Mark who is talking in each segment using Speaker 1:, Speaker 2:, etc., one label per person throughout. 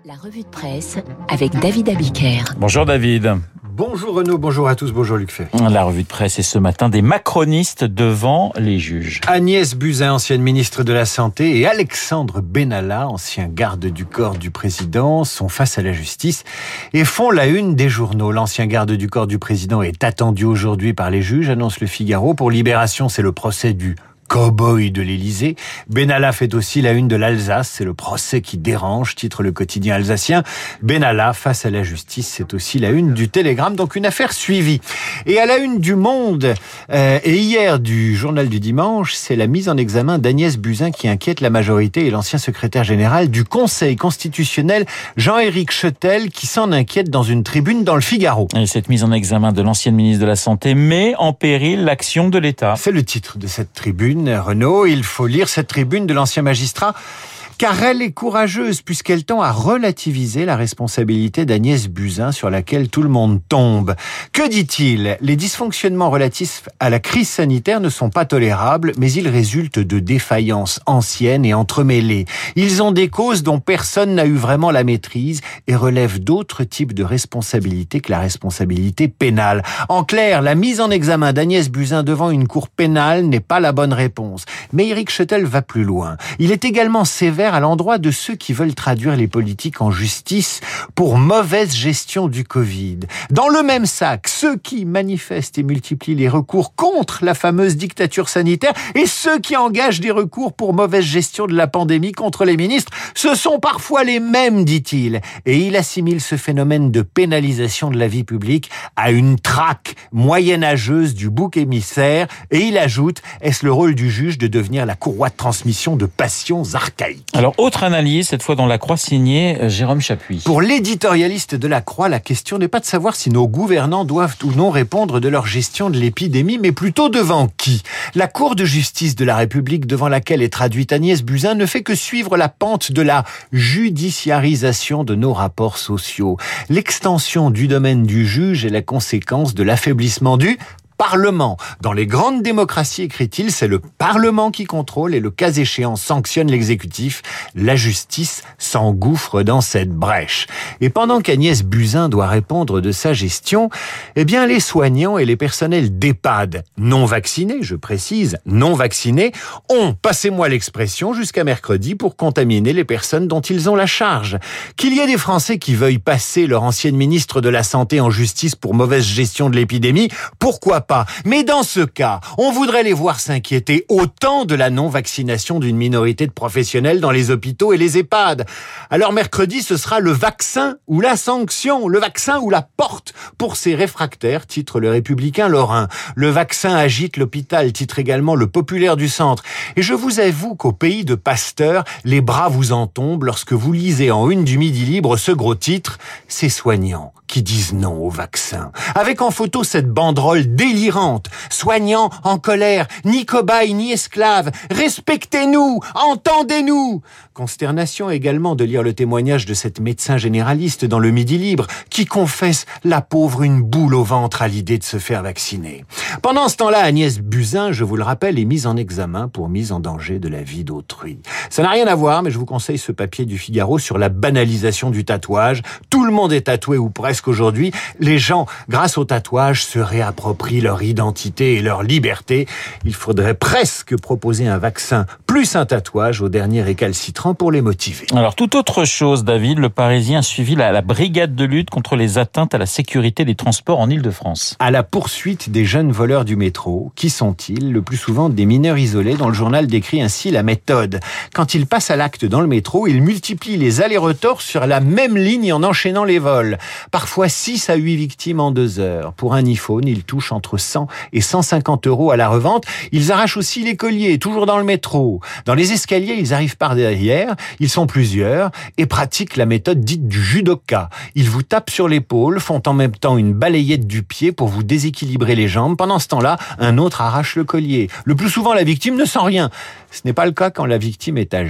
Speaker 1: La revue de presse avec David Abiker.
Speaker 2: Bonjour David.
Speaker 3: Bonjour Renaud, bonjour à tous, bonjour Luc Ferry.
Speaker 2: La revue de presse est ce matin des macronistes devant les juges.
Speaker 3: Agnès Buzyn, ancienne ministre de la Santé, et Alexandre Benalla, ancien garde du corps du président, sont face à la justice et font la une des journaux. L'ancien garde du corps du président est attendu aujourd'hui par les juges, annonce Le Figaro. Pour Libération, c'est le procès du cow-boy de l'Élysée. Benalla fait aussi la une de l'Alsace, c'est le procès qui dérange, titre le quotidien alsacien. Benalla face à la justice, c'est aussi la une du Télégramme, donc une affaire suivie. Et à la une du Monde, et hier du journal du dimanche, c'est la mise en examen d'Agnès Buzyn qui inquiète la majorité et l'ancien secrétaire général du Conseil constitutionnel, Jean-Éric Scheutel, qui s'en inquiète dans une tribune dans le Figaro.
Speaker 2: Et cette mise en examen de l'ancienne ministre de la Santé met en péril l'action de l'État.
Speaker 3: C'est le titre de cette tribune. Renaud, il faut lire cette tribune de l'ancien magistrat, car elle est courageuse puisqu'elle tend à relativiser la responsabilité d'Agnès Buzyn sur laquelle tout le monde tombe. Que dit-il ? Les dysfonctionnements relatifs à la crise sanitaire ne sont pas tolérables, mais ils résultent de défaillances anciennes et entremêlées. Ils ont des causes dont personne n'a eu vraiment la maîtrise et relèvent d'autres types de responsabilités que la responsabilité pénale. En clair, la mise en examen d'Agnès Buzyn devant une cour pénale n'est pas la bonne réponse. Mais Éric Scheutel va plus loin. Il est également sévère à l'endroit de ceux qui veulent traduire les politiques en justice pour mauvaise gestion du Covid. Dans le même sac, ceux qui manifestent et multiplient les recours contre la fameuse dictature sanitaire et ceux qui engagent des recours pour mauvaise gestion de la pandémie contre les ministres, ce sont parfois les mêmes, dit-il. Et il assimile ce phénomène de pénalisation de la vie publique à une traque moyenâgeuse du bouc émissaire. Et il ajoute, est-ce le rôle du juge de devenir la courroie de transmission de passions archaïques ?
Speaker 2: Alors, autre analyse, cette fois dans La Croix, signée Jérôme Chapuis.
Speaker 3: Pour l'éditorialiste de La Croix, la question n'est pas de savoir si nos gouvernants doivent ou non répondre de leur gestion de l'épidémie, mais plutôt devant qui ? La Cour de justice de la République, devant laquelle est traduite Agnès Buzyn, ne fait que suivre la pente de la judiciarisation de nos rapports sociaux. L'extension du domaine du juge est la conséquence de l'affaiblissement du Parlement. Dans les grandes démocraties, écrit-il, c'est le Parlement qui contrôle et le cas échéant sanctionne l'exécutif. La justice s'engouffre dans cette brèche. Et pendant qu'Agnès Buzyn doit répondre de sa gestion, eh bien, les soignants et les personnels d'EHPAD non vaccinés, je précise, non vaccinés, ont, passez-moi l'expression, jusqu'à mercredi pour contaminer les personnes dont ils ont la charge. Qu'il y ait des Français qui veuillent passer leur ancienne ministre de la Santé en justice pour mauvaise gestion de l'épidémie, pourquoi pas ? Mais dans ce cas, on voudrait les voir s'inquiéter autant de la non-vaccination d'une minorité de professionnels dans les hôpitaux et les EHPAD. Alors mercredi, ce sera le vaccin ou la sanction, le vaccin ou la porte pour ces réfractaires, titre le Républicain lorrain. Le vaccin agite l'hôpital, titre également le Populaire du Centre. Et je vous avoue qu'au pays de Pasteur, les bras vous en tombent lorsque vous lisez en une du Midi Libre ce gros titre, ces soignants qui disent non au vaccin. Avec en photo cette banderole délirante, soignants en colère, ni cobayes ni esclaves, respectez-nous, entendez-nous. Consternation également de lire le témoignage de cette médecin généraliste dans le Midi Libre, qui confesse la pauvre une boule au ventre à l'idée de se faire vacciner. Pendant ce temps-là, Agnès Buzyn, je vous le rappelle, est mise en examen pour mise en danger de la vie d'autrui. Ça n'a rien à voir, mais je vous conseille ce papier du Figaro sur la banalisation du tatouage. Tout le monde est tatoué ou presque aujourd'hui. Les gens, grâce au tatouage, se réapproprient leur identité et leur liberté. Il faudrait presque proposer un vaccin plus un tatouage au dernier récalcitrant pour les motiver.
Speaker 2: Alors, toute autre chose, David, le Parisien a suivi la brigade de lutte contre les atteintes à la sécurité des transports en Île-de-France.
Speaker 3: À la poursuite des jeunes voleurs du métro, qui sont-ils ? Le plus souvent des mineurs isolés dont le journal décrit ainsi la méthode. Quand ils passent à l'acte dans le métro, ils multiplient les allers-retours sur la même ligne en enchaînant les vols. Parfois 6 à 8 victimes en 2 heures. Pour un iPhone, ils touchent entre 100 et 150 € à la revente. Ils arrachent aussi les colliers, toujours dans le métro. Dans les escaliers, ils arrivent par derrière. Ils sont plusieurs et pratiquent la méthode dite du judoka. Ils vous tapent sur l'épaule, font en même temps une balayette du pied pour vous déséquilibrer les jambes. Pendant ce temps-là, un autre arrache le collier. Le plus souvent, la victime ne sent rien. Ce n'est pas le cas quand la victime est âgée.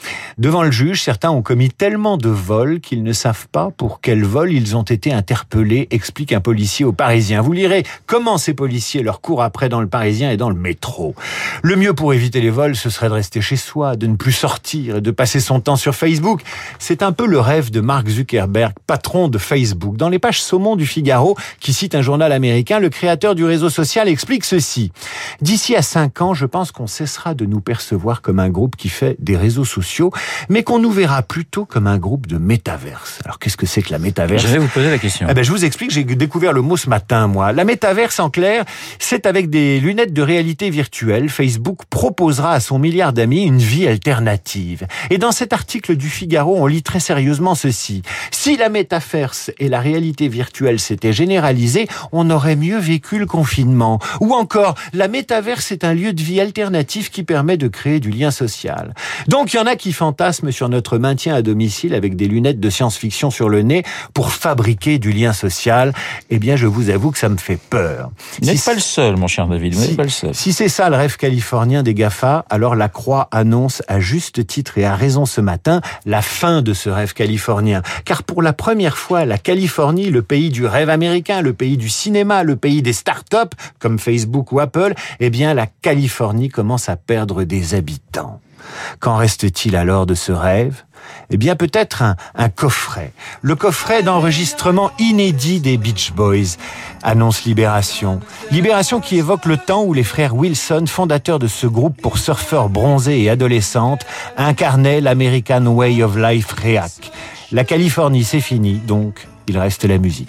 Speaker 3: Devant le juge, certains ont commis tellement de vols qu'ils ne savent pas pour quel vol ils ont été interpellés, explique un policier au Parisien. Vous lirez comment ces policiers leur courent après dans le Parisien et dans le métro. Le mieux pour éviter les vols, ce serait de rester chez soi, de ne plus sortir et de passer son temps sur Facebook. C'est un peu le rêve de Mark Zuckerberg, patron de Facebook. Dans les pages saumon du Figaro, qui cite un journal américain, le créateur du réseau social explique ceci. D'ici à 5 ans, je pense qu'on cessera de nous percevoir comme un groupe qui fait des réseaux sociaux, mais qu'on nous verra plutôt comme un groupe de métaverse. Alors qu'est-ce que c'est que la métaverse ?
Speaker 2: Je vais vous poser la question.
Speaker 3: Je vous explique, j'ai découvert le mot ce matin, moi. La métaverse, en clair, c'est avec des lunettes de réalité virtuelle. Facebook proposera à son milliard d'amis une vie alternative. Et dans cet article du Figaro, on lit très sérieusement ceci. Si la métaverse et la réalité virtuelle s'étaient généralisées, on aurait mieux vécu le confinement. Ou encore, la métaverse est un lieu de vie alternatif qui permet de créer du lien social. Donc, il y en a qui fantasment sur notre maintien à domicile avec des lunettes de science-fiction sur le nez pour fabriquer du lien social. Eh bien, je vous avoue que ça me fait peur.
Speaker 2: Vous n'êtes pas le seul, mon cher David, vous n'êtes pas le seul.
Speaker 3: Si c'est ça le rêve californien des GAFA, alors la Croix annonce à juste titre et à raison ce matin la fin de ce rêve californien. Car pour la première fois, la Californie, le pays du rêve américain, le pays du cinéma, le pays des start-up comme Facebook ou Apple, eh bien la Californie commence à perdre des habitants. Qu'en reste-t-il alors de ce rêve ? Eh bien, peut-être un coffret. Le coffret d'enregistrement inédit des Beach Boys, annonce Libération. Libération qui évoque le temps où les frères Wilson, fondateurs de ce groupe pour surfeurs bronzés et adolescentes, incarnaient l'American Way of Life réac. La Californie, c'est fini, donc il reste la musique.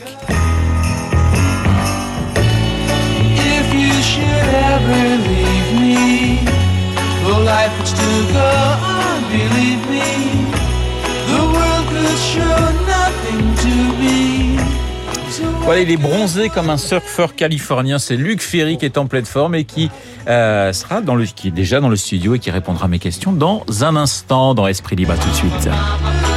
Speaker 4: If you should ever leave me, well, life would still go on, believe me. The world could show nothing to me.
Speaker 2: Voilà, il est bronzé comme un surfeur californien. C'est Luc Ferry qui est en pleine forme et qui qui est déjà dans le studio et qui répondra à mes questions dans un instant dans Esprit Libre. À tout de suite.